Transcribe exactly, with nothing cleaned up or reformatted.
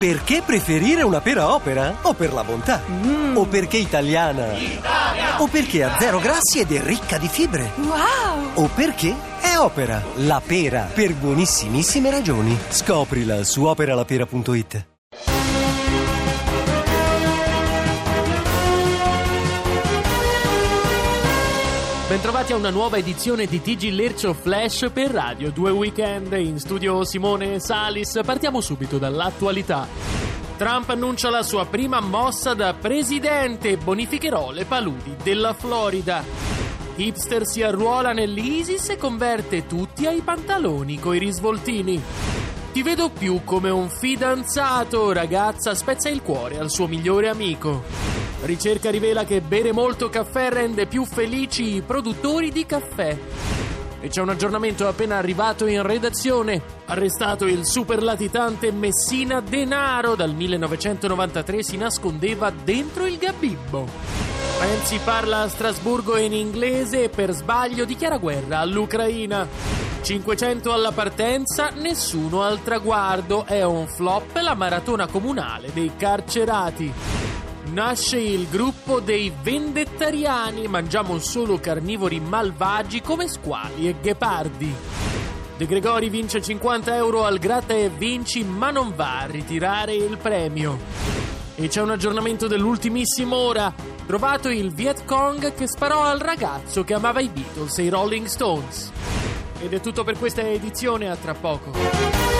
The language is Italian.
Perché preferire una pera Opera? O per la bontà? Mm. O perché italiana? Italia! O perché ha zero grassi ed è ricca di fibre? Wow! O perché è Opera, la pera, per buonissimissime ragioni. Scoprila su opera la pera punto it. Bentrovati a una nuova edizione di T G Lercio Flash per Radio due Weekend. In studio Simone Salis. Partiamo subito dall'attualità. Trump annuncia la sua prima mossa da presidente. Bonificherò le paludi della Florida. Hipster si arruola nell'ISIS e converte tutti ai pantaloni coi risvoltini. Ti vedo più come un fidanzato. Ragazza spezza il cuore al suo migliore amico. Ricerca rivela che bere molto caffè rende più felici i produttori di caffè. E c'è un aggiornamento appena arrivato in redazione. Arrestato il super latitante Messina Denaro. Dal millenovecentonovantatré si nascondeva dentro il gabibbo. Renzi parla a Strasburgo in inglese e per sbaglio dichiara guerra all'Ucraina. cinquecento alla partenza, nessuno al traguardo. È un flop la maratona comunale dei carcerati. Nasce il gruppo dei vendettariani. Mangiamo solo carnivori malvagi come squali e ghepardi. De Gregori vince cinquanta euro al Gratta e Vinci, ma non va a ritirare il premio. E c'è un aggiornamento dell'ultimissima ora. Trovato il Viet Cong che sparò al ragazzo che amava i Beatles e i Rolling Stones. Ed è tutto per questa edizione, a tra poco.